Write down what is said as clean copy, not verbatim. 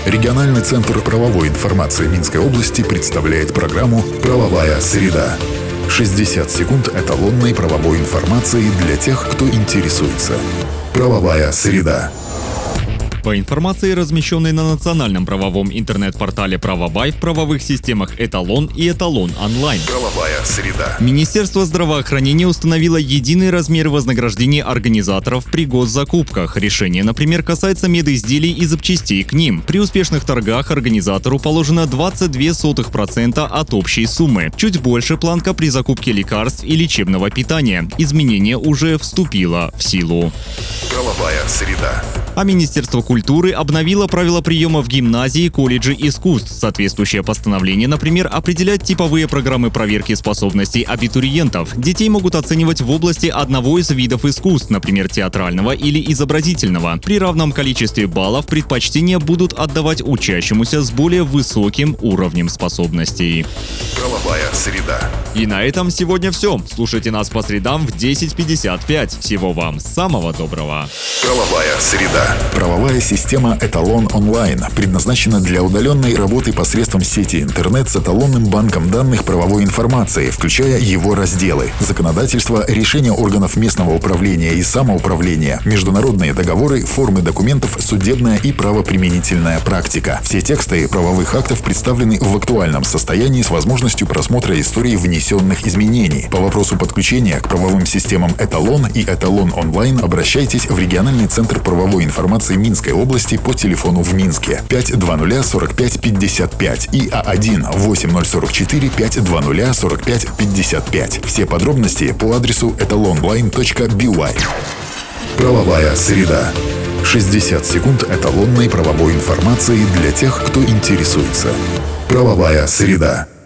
Региональный центр правовой информации Минской области представляет программу «Правовая среда». 60 секунд эталонной правовой информации для тех, кто интересуется. «Правовая среда». По информации, размещенной на национальном правовом интернет-портале «Правовай», в правовых системах «Эталон» и «Эталон онлайн». «Правовая среда». Министерство здравоохранения установило единый размер вознаграждений организаторов при госзакупках. Решение, например, касается медизделий и запчастей к ним. При успешных торгах организатору положено 0,22% от общей суммы. Чуть больше планка при закупке лекарств и лечебного питания. Изменение уже вступило в силу. «Правовая среда». А Министерство культуры обновило правила приема в гимназии, колледжи искусств. Соответствующее постановление, например, определяет типовые программы проверки способностей абитуриентов. Детей могут оценивать в области одного из видов искусств, например, театрального или изобразительного. При равном количестве баллов предпочтения будут отдавать учащемуся с более высоким уровнем способностей. «Правовая среда». И на этом сегодня все. Слушайте нас по средам в 10:55. Всего вам самого доброго. «Правовая среда». Правовая система «Эталон онлайн» предназначена для удаленной работы посредством сети интернет с эталонным банком данных правовой информации, включая его разделы: законодательство, решения органов местного управления и самоуправления, международные договоры, формы документов, судебная и правоприменительная практика. Все тексты правовых актов представлены в актуальном состоянии с возможностью просмотра истории внесенных изменений. По вопросу подключения к правовым системам «Эталон» и «Эталон онлайн» обращайтесь в региональный центр правовой информации Минской области по телефону в Минске 520 45 55 и А1 8044 520 45 55. Все подробности по адресу etalonline.by. «Правовая среда». 60 секунд эталонной правовой информации для тех, кто интересуется. «Правовая среда».